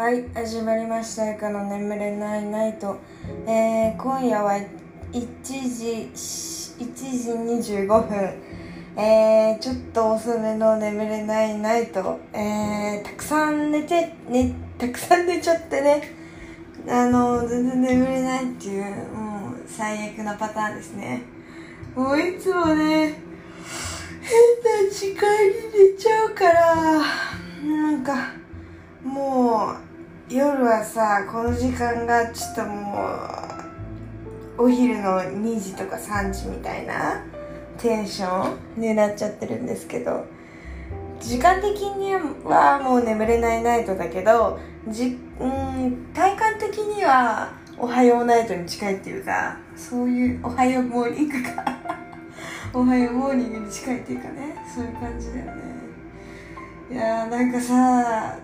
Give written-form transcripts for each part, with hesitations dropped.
はい、始まりました。ゆかの眠れないナイト。今夜は1時25分。ちょっと遅めの眠れないナイト。たくさん寝ちゃってね。全然眠れないっていう、もう最悪なパターンですね。もういつもね、変な時間に寝ちゃうから、なんか、もう夜はさ、この時間がちょっともうお昼の2時とか3時みたいなテンションになっちゃってるんですけど、時間的にはもう眠れないナイトだけど、体感的にはおはようナイトに近いっていうか、そういうおはようモーニングかおはようモーニングに近いっていうかね、そういう感じだよね。いやー、なんかさ、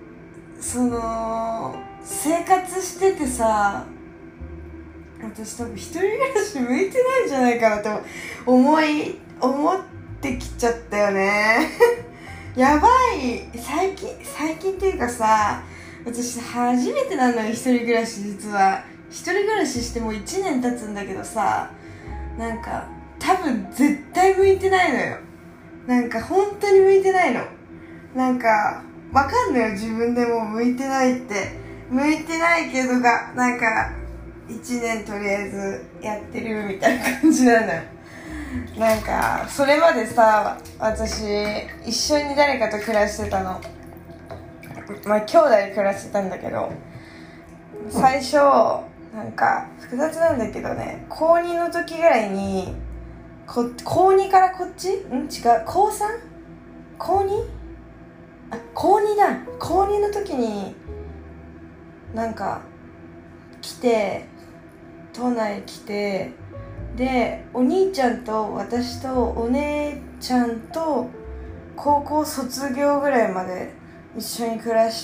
生活しててさ、私多分一人暮らし向いてないんじゃないかなと思ってきちゃったよねやばい。最近っていうかさ、私初めてなのよ、一人暮らし。実は一人暮らししてもう1年経つんだけどさ、なんか多分絶対向いてないのよ。なんか本当に向いてないの。なんかわかんないよ、自分でも向いてないって。向いてないけどが、なんか1年とりあえずやってるみたいな感じなのよ。なんかそれまでさ、私一緒に誰かと暮らしてたの。まあ兄弟で暮らしてたんだけど、最初なんか複雑なんだけどね、高2の時ぐらいに高2からこっち？違う、高 3？ 高 2？ 高2だ。高2の時になんか都内来て、でお兄ちゃんと私とお姉ちゃんと高校卒業ぐらいまで一緒に暮らして、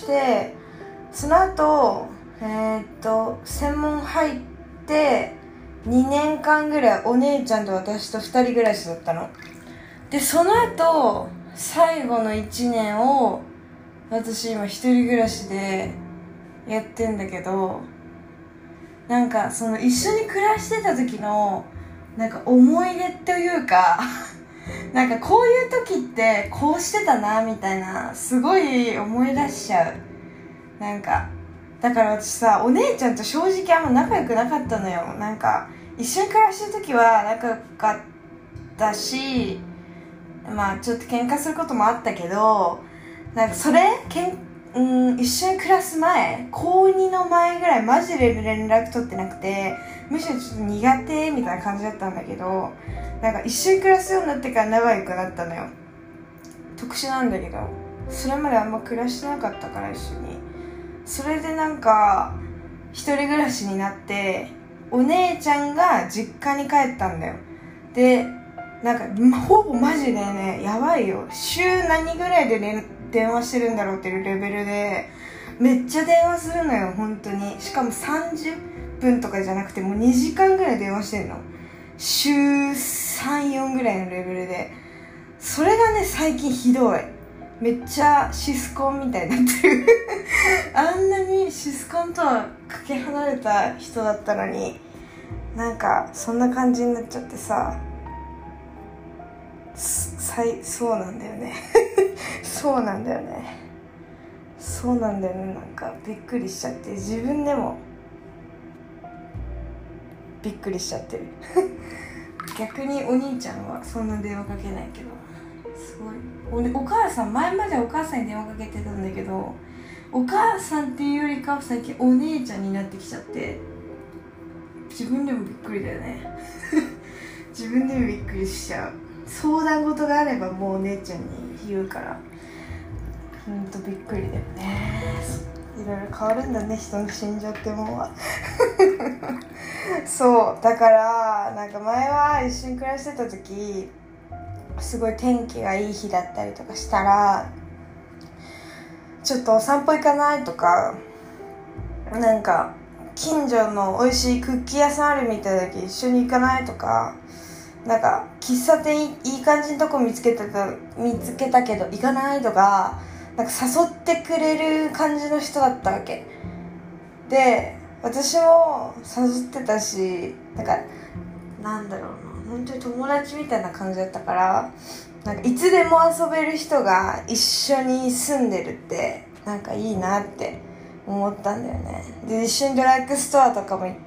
その後専門入って2年間ぐらいお姉ちゃんと私と2人暮らしだったの。でその後最後の1年を私今一人暮らしでやってんだけど、なんかその一緒に暮らしてた時のなんか思い出というかなんかこういう時ってこうしてたなみたいな、すごい思い出しちゃう。なんかだから私さ、お姉ちゃんと正直あんま仲良くなかったのよ。なんか一緒に暮らしてる時は仲良かったし、まあちょっと喧嘩することもあったけど、なんかそれ一緒に暮らす前、高2の前ぐらいマジで連絡取ってなくて、むしろちょっと苦手みたいな感じだったんだけど、なんか一緒に暮らすようになってから仲良くなったのよ。特殊なんだけど、それまであんま暮らしてなかったから一緒に。それでなんか一人暮らしになって、お姉ちゃんが実家に帰ったんだよ。でなんかほぼマジでね、やばいよ、週何ぐらいで電話してるんだろうっていうレベルでめっちゃ電話するのよ、本当に。しかも30分とかじゃなくてもう2時間ぐらい電話してんの、週3、4ぐらいのレベルで。それがね、最近ひどい。めっちゃシスコンみたいになってるあんなにシスコンとはかけ離れた人だったのに、なんかそんな感じになっちゃってさ、そうなんだよねそうなんだよね、なんかびっくりしちゃって、自分でもびっくりしちゃってる逆にお兄ちゃんはそんな電話かけないけど、すごい。お母さん、前までお母さんに電話かけてたんだけど、お母さんっていうよりかは最近お姉ちゃんになってきちゃって、自分でもびっくりだよね自分でもびっくりしちゃう。相談事があればもうお姉ちゃんに言うから、ほんとびっくりだよね。いろいろ変わるんだね、人の心情ってもんはそうだから、なんか前は一緒に暮らしてた時、すごい天気がいい日だったりとかしたら、ちょっとお散歩行かないとか、なんか近所の美味しいクッキー屋さんあるみたいだけど一緒に行かないとか、なんか喫茶店いい感じのとこ見つけたけど行かないとか、 なんか誘ってくれる感じの人だったわけで、私も誘ってたし、なんかなんだろうな、本当に友達みたいな感じだったから、なんかいつでも遊べる人が一緒に住んでるってなんかいいなって思ったんだよね。で一緒にドラッグストアとかも行って、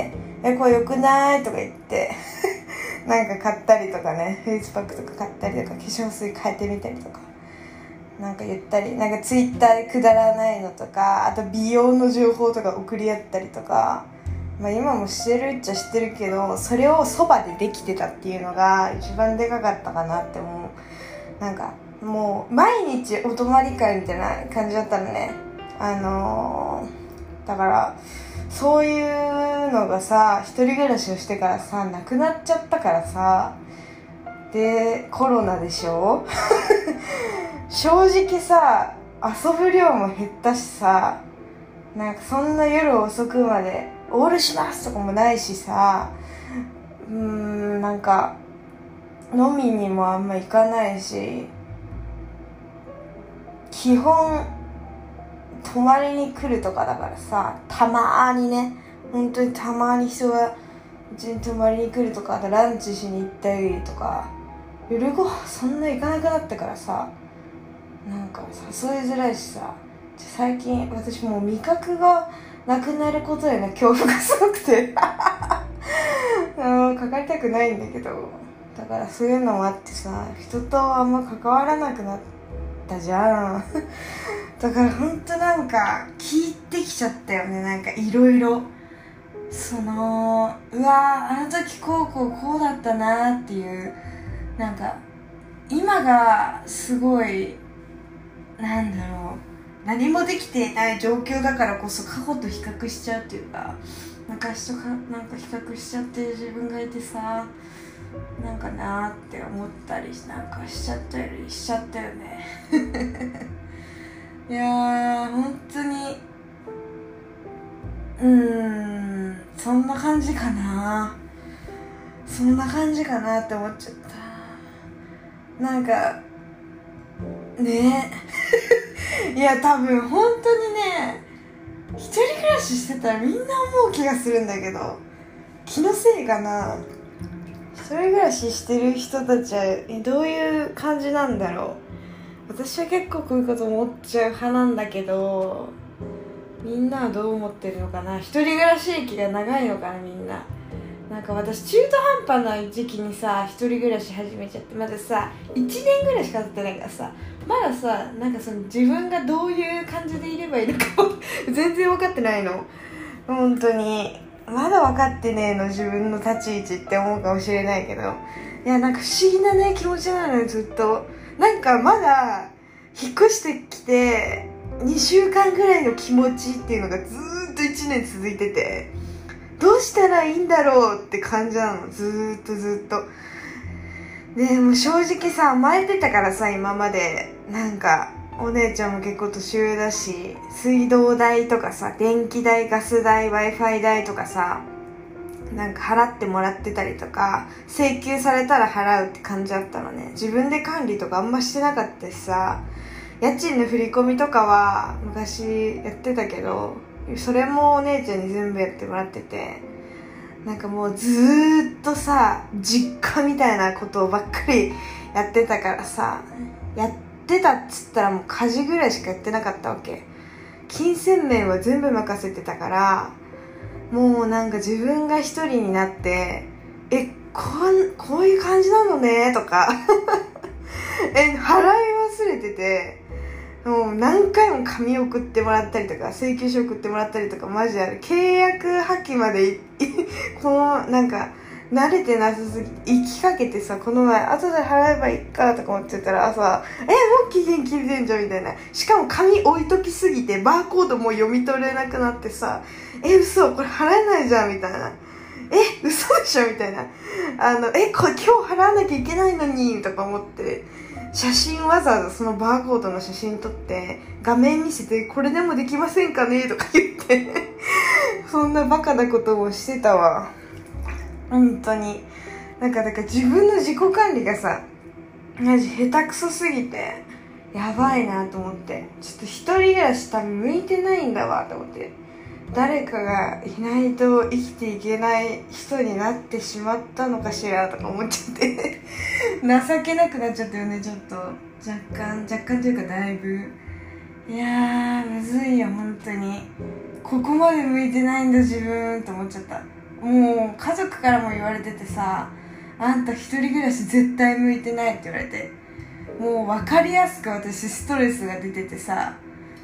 これよくないとか言ってなんか買ったりとかね、フェイスパックとか買ったりとか化粧水変えてみたりとかなんか言ったり、なんかツイッターでくだらないのとか、あと美容の情報とか送り合ったりとか、まあ今もしてるっちゃしてるけど、それをそばでできてたっていうのが一番でかかったかなって思う。なんかもう毎日お泊まり会みたいな感じだったのね。だからそういうのがさ、一人暮らしをしてからさなくなっちゃったからさ、でコロナでしょ正直さ遊ぶ量も減ったしさ、なんかそんな夜遅くまでオールしますとかもないしさ、なんか飲みにもあんま行かないし、基本泊まりに来るとかだからさ、たまーにね、本当にたまーに人がうちに泊まりに来るとか、あとランチしに行ったりとか、夜ご飯そんな行かなくなったからさ、なんか誘いづらいしさ、最近私もう味覚がなくなることへの恐怖がすごくてかかりたくないんだけど、だからそういうのもあってさ、人とあんま関わらなくなったじゃんだからほんとなんか聞いてきちゃったよね。なんかいろいろうわあの時こうだったなっていう、なんか今がすごいなんだろう、何もできていない状況だからこそ過去と比較しちゃうっていうか、昔とかなんか比較しちゃってる自分がいてさ、なんかなーって思ったりなんかしちゃったりしちゃったよねいやー本当にそんな感じかなって思っちゃった。なんかねいや多分本当にね、一人暮らししてたらみんな思う気がするんだけど、気のせいかな。一人暮らししてる人たちはどういう感じなんだろう。私は結構こういうこと思っちゃう派なんだけど、みんなはどう思ってるのかな。一人暮らし歴が長いのかなみんな。なんか私中途半端な時期にさ一人暮らし始めちゃって、まださ1年ぐらいしか経ってないからさ、まださなんかその自分がどういう感じでいればいいのか全然分かってないの。本当にまだ分かってねえの、自分の立ち位置って思うかもしれないけど、いやなんか不思議なね気持ちなのよずっと。なんかまだ引っ越してきて2週間ぐらいの気持ちっていうのがずーっと1年続いてて、どうしたらいいんだろうって感じなの、ずーっと。でも正直さ甘えてたからさ、今までなんかお姉ちゃんも結構年上だし、水道代とかさ電気代ガス代 Wi-Fi 代とかさなんか払ってもらってたりとか、請求されたら払うって感じだったのね。自分で管理とかあんましてなかったしさ、家賃の振り込みとかは昔やってたけど、それもお姉ちゃんに全部やってもらってて、なんかもうずーっとさ実家みたいなことばっかりやってたからさ、やってたっつったらもう家事ぐらいしかやってなかったわけ。金銭面は全部任せてたから、もうなんか自分が一人になってこういう感じなのねとか払い忘れてて、もう何回も紙送ってもらったりとか請求書送ってもらったりとかマジである。契約破棄までこのなんか慣れてなさすぎて行きかけてさ、この前後で払えばいいかとか思ってたら朝もう期限切れてんじゃんみたいな。しかも紙置いときすぎてバーコードもう読み取れなくなってさ、嘘これ払えないじゃんみたいな、嘘でしょみたいな、これ今日払わなきゃいけないのにとか思って、写真わざわざそのバーコードの写真撮って画面見せて、これでもできませんかねとか言ってそんなバカなこともしてたわ本当に。だから自分の自己管理がさマジ下手くそすぎてやばいなと思って、ちょっと一人暮らし多分向いてないんだわと思って、誰かがいないと生きていけない人になってしまったのかしらとか思っちゃって情けなくなっちゃったよね。ちょっと若干というかだいぶ、いやーむずいよ本当に。ここまで向いてないんだ自分と思っちゃった。もう家族からも言われててさ、あんた一人暮らし絶対向いてないって言われて、もう分かりやすく私ストレスが出ててさ、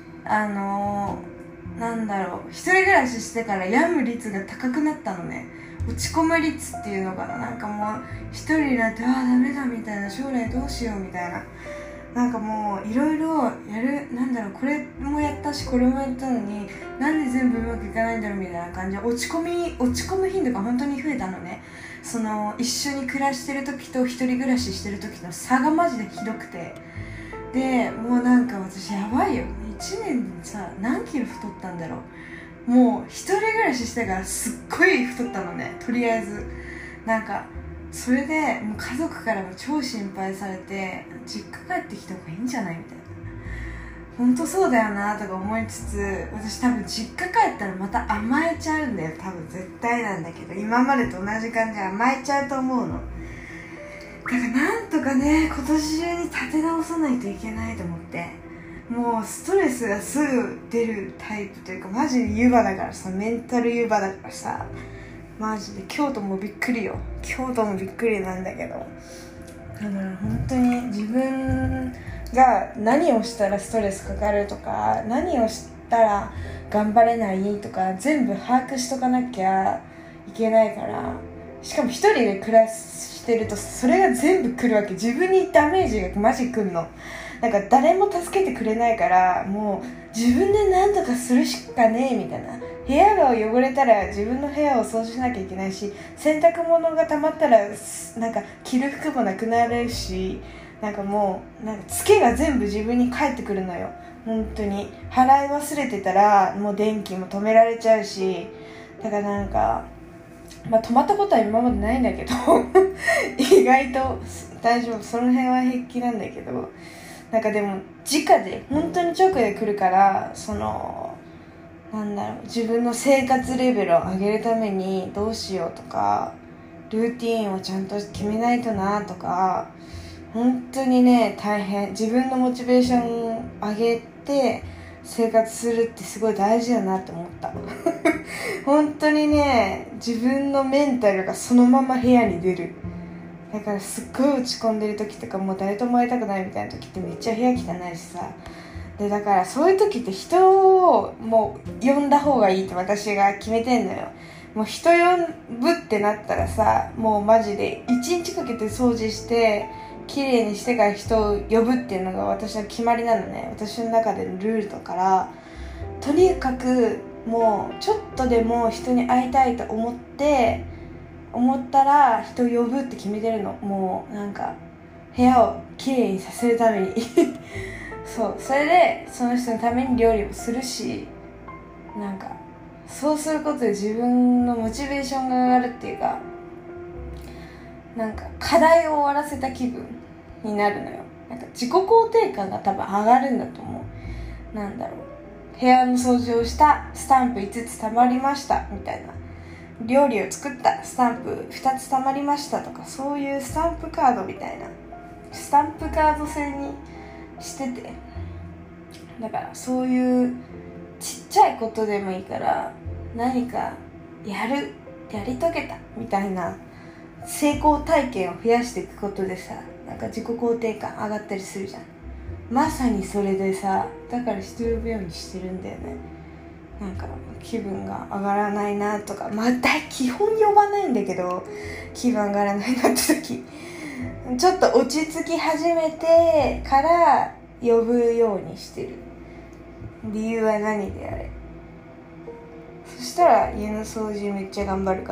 なんだろう、一人暮らししてから病む率が高くなったのね。落ち込む率っていうのかな、なんかもう一人になってダメだみたいな、将来どうしようみたいな、なんかもういろいろやる、なんだろう、これもやったしこれもやったのになんで全部うまくいかないんだろうみたいな感じで落ち込む頻度が本当に増えたのね。その一緒に暮らしてる時と一人暮らししてる時の差がマジでひどくて、でもうなんか私やばいよ、1年でさ何キロ太ったんだろう。もう一人暮らししてからすっごい太ったのね。とりあえずなんかそれでもう家族からも超心配されて、実家帰ってきた方がいいんじゃないみたいな、本当そうだよなとか思いつつ、私多分実家帰ったらまた甘えちゃうんだよ、多分絶対なんだけど、今までと同じ感じで甘えちゃうと思うの。だからなんとかね今年中に立て直さないといけないと思って、もうストレスがすぐ出るタイプというか、マジで湯葉だからさ、メンタル湯葉だからさ、マジで京都もびっくりよ、京都もびっくりなんだけど、だから本当に自分が何をしたらストレスかかるとか、何をしたら頑張れないとか全部把握しとかなきゃいけないから、しかも一人で暮らしてるとそれが全部来るわけ。自分にダメージがマジ来んの。なんか誰も助けてくれないから、もう自分で何とかするしかねえみたいな。部屋が汚れたら自分の部屋を掃除しなきゃいけないし、洗濯物が溜まったらなんか着る服もなくなるし、なんかもうなんかツケが全部自分に返ってくるのよ。本当に払い忘れてたらもう電気も止められちゃうし、だからなんか止まったことは今までないんだけど意外と大丈夫、その辺は平気なんだけど、なんかでも直で本当に直で来るから、そのなんだろう、自分の生活レベルを上げるためにどうしようとか、ルーティーンをちゃんと決めないとなとか、本当にね大変。自分のモチベーションを上げて生活するってすごい大事だなって思った本当にね、自分のメンタルがそのまま部屋に出る。だからすっごい落ち込んでる時とか、もう誰とも会いたくないみたいな時ってめっちゃ部屋汚いしさ、でだからそういう時って人をもう呼んだ方がいいって私が決めてんのよ。もう人呼ぶってなったらさ、もうマジで1日かけて掃除して綺麗にしてから人を呼ぶっていうのが私の決まりなのね。私の中でのルールだから、とにかくもうちょっとでも人に会いたいと思ったら人を呼ぶって決めてるの。もうなんか部屋を綺麗にさせるためにそう、それでその人のために料理もするし、なんかそうすることで自分のモチベーションが上がるっていうか、なんか課題を終わらせた気分になるのよ。なんか自己肯定感が多分上がるんだと思う。なんだろう、部屋の掃除をしたスタンプ5つ溜まりましたみたいな、料理を作ったスタンプ2つ溜まりましたとか、そういうスタンプカードみたいな、スタンプカード制にしてて、だからそういうちっちゃいことでもいいから何かやり遂げたみたいな成功体験を増やしていくことでさ、なんか自己肯定感上がったりするじゃん。まさにそれでさ、だから人呼ぶようにしてるんだよね。なんか気分が上がらないなとか、基本呼ばないんだけど、気分上がらないなって時ちょっと落ち着き始めてから呼ぶようにしてる。理由は何であれ。そしたら家の掃除めっちゃ頑張るから、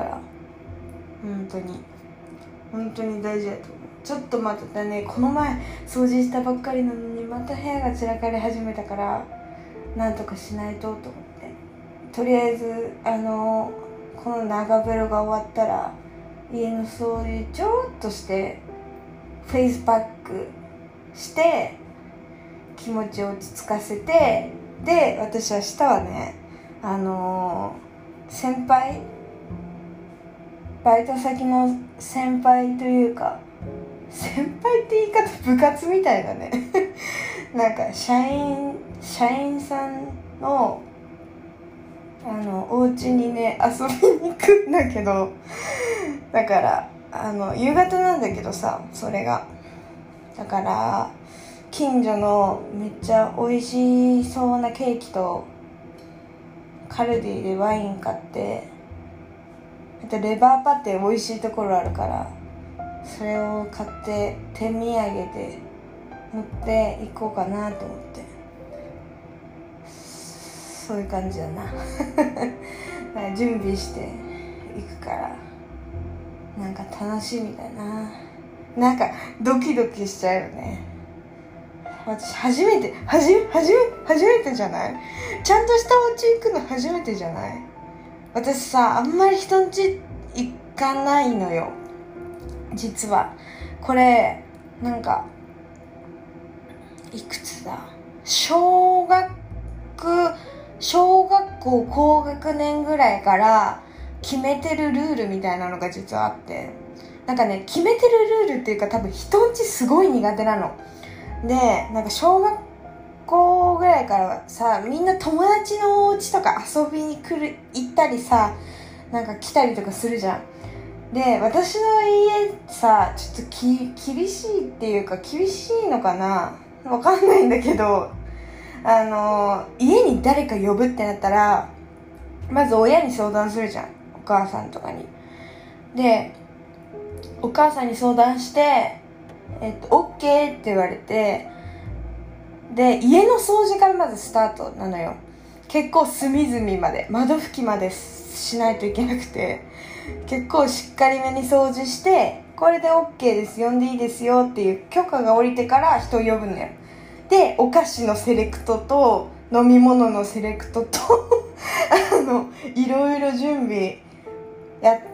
本当に大事だと思う。ちょっと待ってね、この前掃除したばっかりなのにまた部屋が散らかり始めたから、なんとかしないとと思って、とりあえずこの長風呂が終わったら家の掃除ちょっとしてフェイスパックして気持ちを落ち着かせて、で私明日はね先輩、バイト先の先輩というか、先輩って言い方部活みたいだねなんか社員さんのお家にね遊びに行くんだけど、だから夕方なんだけどさ、それがだから近所のめっちゃ美味しそうなケーキとカルディでワイン買って、あとレバーパテ美味しいところあるから、それを買って手土産で持っていこうかなと思って、そういう感じだな準備していくから、なんか楽しみだな。なんかドキドキしちゃうよね。私初めてじゃない？ちゃんとしたお家行くの初めてじゃない？私さ、あんまり人ん家行かないのよ、実は。これなんかいくつだ、小学校高学年ぐらいから決めてるルールみたいなのが実はあって、なんかね、決めてるルールっていうか、多分人ん家すごい苦手なので、なんか小学校ぐらいからさ、みんな友達のお家とか遊びに行ったりさ、なんか来たりとかするじゃん。で、私の家さ、ちょっと厳しいっていうか、厳しいのかな、わかんないんだけど、家に誰か呼ぶってなったら、まず親に相談するじゃん、お母さんとかに。で、お母さんに相談して、OK って言われて、で、家の掃除からまずスタートなのよ。結構隅々まで、窓拭きまでしないといけなくて、結構しっかりめに掃除して、これで OK です、呼んでいいですよっていう許可が下りてから人を呼ぶのよ。で、お菓子のセレクトと飲み物のセレクトといろいろ準備やって、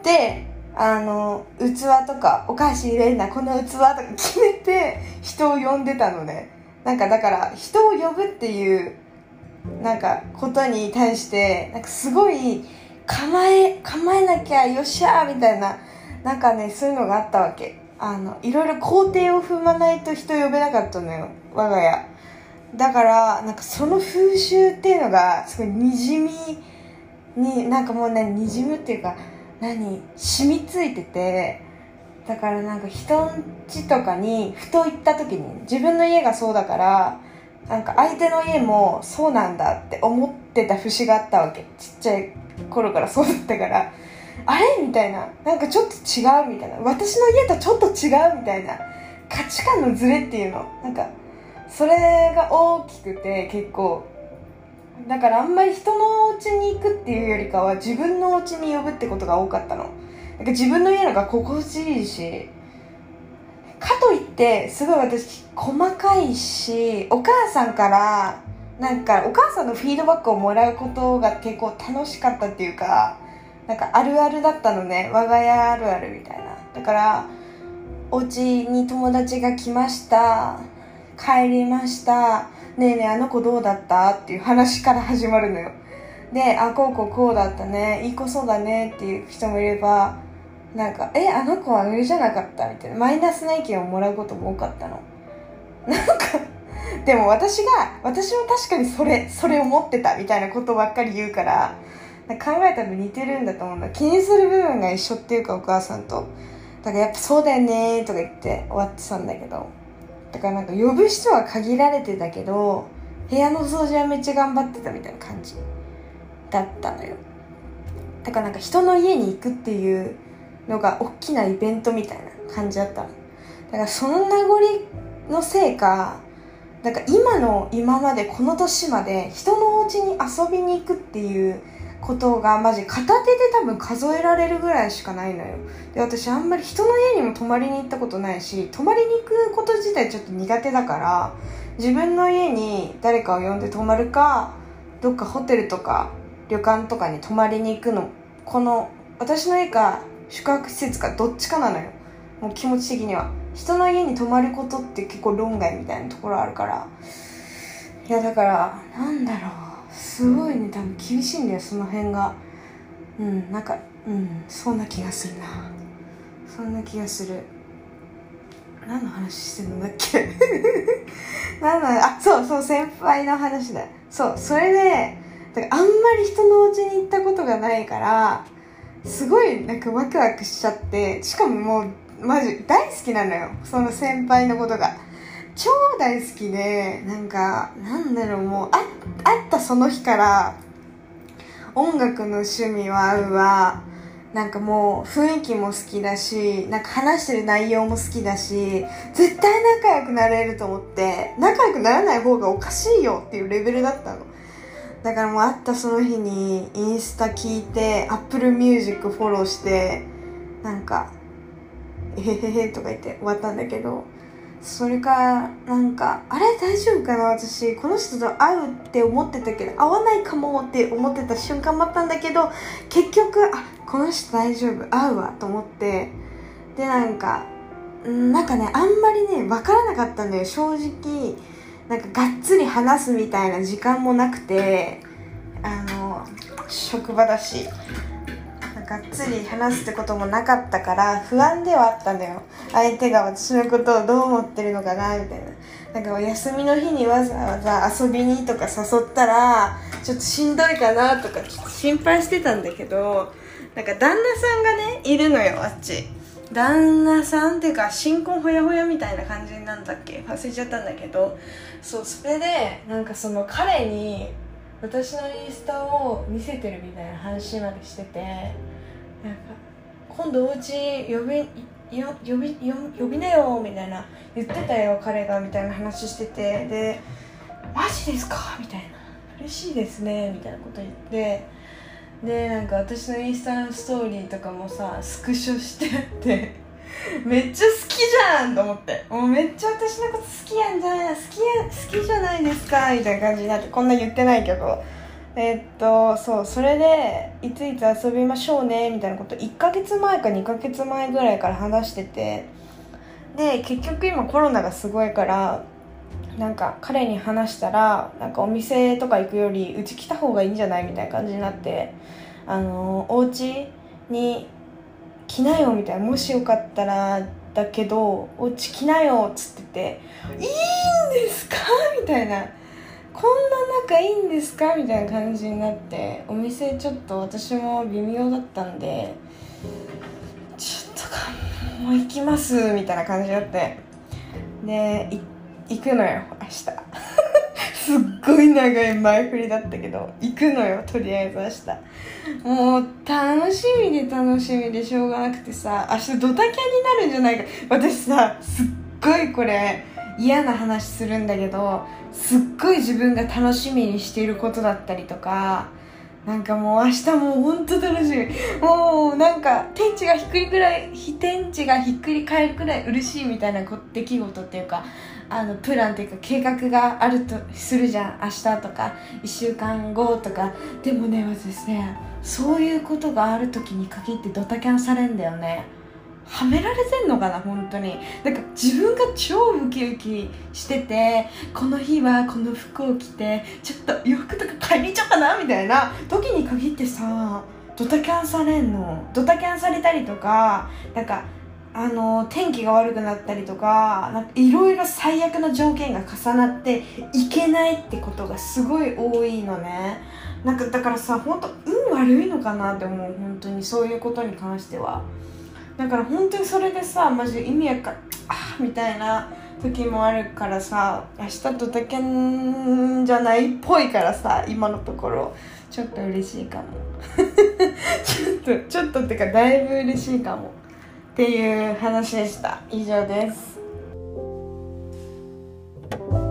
器とかお菓子入れるな、この器とか決めて人を呼んでたのね。なんかだから人を呼ぶっていうなんかことに対してなんかすごい構えなきゃよっしゃーみたいな、なんかね、そういうのがあったわけ。いろいろ工程を踏まないと人呼べなかったのよ、我が家。だからなんかその風習っていうのがすごいにじみに、なんかもうね、にじむっていうか染みついてて、だからなんか人ん家とかにふと行った時に、自分の家がそうだから、なんか相手の家もそうなんだって思ってた節があったわけ。ちっちゃい頃からそうだったから、あれみたいな、なんかちょっと違うみたいな、私の家とちょっと違うみたいな価値観のズレっていうの、なんかそれが大きくて、結構だからあんまり人のお家に行くっていうよりかは自分のお家に呼ぶってことが多かったの。なんか自分の家のが心地いいし、かといってすごい私細かいし、お母さんからなんかお母さんのフィードバックをもらうことが結構楽しかったっていうか、なんかあるあるだったのね、我が家あるあるみたいな。だからお家に友達が来ました、帰りました、ねえねえあの子どうだったっていう話から始まるのよ。で、こうだったね、いい子そうだねっていう人もいれば、なんかあの子はあれじゃなかったみたいなマイナスな意見をもらうことも多かったの。なんかでも私は確かにそれを持ってたみたいなことばっかり言うから、なんか考えたら似てるんだと思うんだ。気にする部分が一緒っていうか、お母さんと。だからやっぱそうだよねとか言って終わってたんだけど、だからなんか呼ぶ人は限られてたけど、部屋の掃除はめっちゃ頑張ってたみたいな感じだったのよ。だからなんか人の家に行くっていうのが大きなイベントみたいな感じだったの。だからその名残のせいか、なんか今までこの年まで人のお家に遊びに行くっていうことがマジ片手で多分数えられるぐらいしかないのよ。で、私あんまり人の家にも泊まりに行ったことないし、泊まりに行くこと自体ちょっと苦手だから、自分の家に誰かを呼んで泊まるか、どっかホテルとか旅館とかに泊まりに行くの、この私の家か宿泊施設かどっちかなのよ。もう気持ち的には人の家に泊まることって結構論外みたいなところあるから、 いやだからなんだろう、すごいね、多分厳しいんだよその辺が。なんかそんな気がするな。そんな気がする。何の話してるんだっけそう先輩の話だ。それでだからあんまり人のお家に行ったことがないからすごいなんかワクワクしちゃって、しかももうマジ大好きなのよ、その先輩のことが超大好きで、なんだろう、もう会ったその日から音楽の趣味は合うわ、なんかもう雰囲気も好きだし、なんか話してる内容も好きだし、絶対仲良くなれると思って、仲良くならない方がおかしいよっていうレベルだったの。だからもう会ったその日にインスタ聞いて Apple Music フォローして、なんかえへへへとか言って終わったんだけど、それからなんかあれ大丈夫かな、私この人と会うって思ってたけど会わないかもって思ってた瞬間もあったんだけど、結局この人大丈夫、会うわと思って、でなんかね、あんまりね分からなかったんだよ正直。なんかがっつり話すみたいな時間もなくて、職場だしがっつり話すってこともなかったから不安ではあったんだよ、相手が私のことをどう思ってるのかなみたいな。なんかお休みの日にわざわざ遊びにとか誘ったらちょっとしんどいかなとかちょっと心配してたんだけど、なんか旦那さんがねいるのよ、あっち。旦那さんっていうか新婚ほやほやみたいな感じなんだっけ、忘れちゃったんだけど、それでなんかその彼に私のインスタを見せてるみたいな話までしてて、なんか今度お家呼びなよみたいな言ってたよ彼がみたいな話してて、でマジですかみたいな、嬉しいですねみたいなこと言って、でなんか私のインスタのストーリーとかもさスクショしてあってめっちゃ好きじゃんと思って、もうめっちゃ私のこと好きやんじゃない、好きじゃないですかみたいな感じになって、こんな言ってないけどそれでいついつ遊びましょうねみたいなこと1ヶ月前か2ヶ月前ぐらいから話してて、で結局今コロナがすごいからなんか彼に話したら、なんかお店とか行くよりうち来た方がいいんじゃないみたいな感じになって、お家に来なよみたいな、もしよかったらだけどお家来なよっつってて、いいんですかみたいな、こんな仲いいんですかみたいな感じになって、お店ちょっと私も微妙だったんでちょっともう行きますみたいな感じだって、で行くのよ明日すっごい長い前振りだったけど行くのよ、とりあえず明日。もう楽しみでしょうがなくてさ、明日ドタキャンになるんじゃないか。私さすっごいこれ嫌な話するんだけど、すっごい自分が楽しみにしていることだったりとか、なんかもう明日もうほんと楽しみ、もうなんか天地がひっくり返るくらい嬉しいみたいな出来事っていうか、プランっていうか計画があるとするじゃん、明日とか1週間後とか。でもね私ね、そういうことがある時に限ってドタキャンされんだよね。はめられてんのかな本当に。なんか自分が超ウキウキしてて、この日はこの服を着てちょっと洋服とか買いに行っちゃおうかなみたいな時に限ってさドタキャンされんの。ドタキャンされたりとか、なんか天気が悪くなったりとか、なんかいろいろ最悪な条件が重なっていけないってことがすごい多いのね。なんかだからさ本当運悪いのかなって思う、本当にそういうことに関しては。だから本当にそれでさマジで意味わかんみたいな時もあるからさ、明日ドタキャンじゃないっぽいからさ、今のところちょっと嬉しいかもちょっとってかだいぶ嬉しいかもっていう話でした。以上です。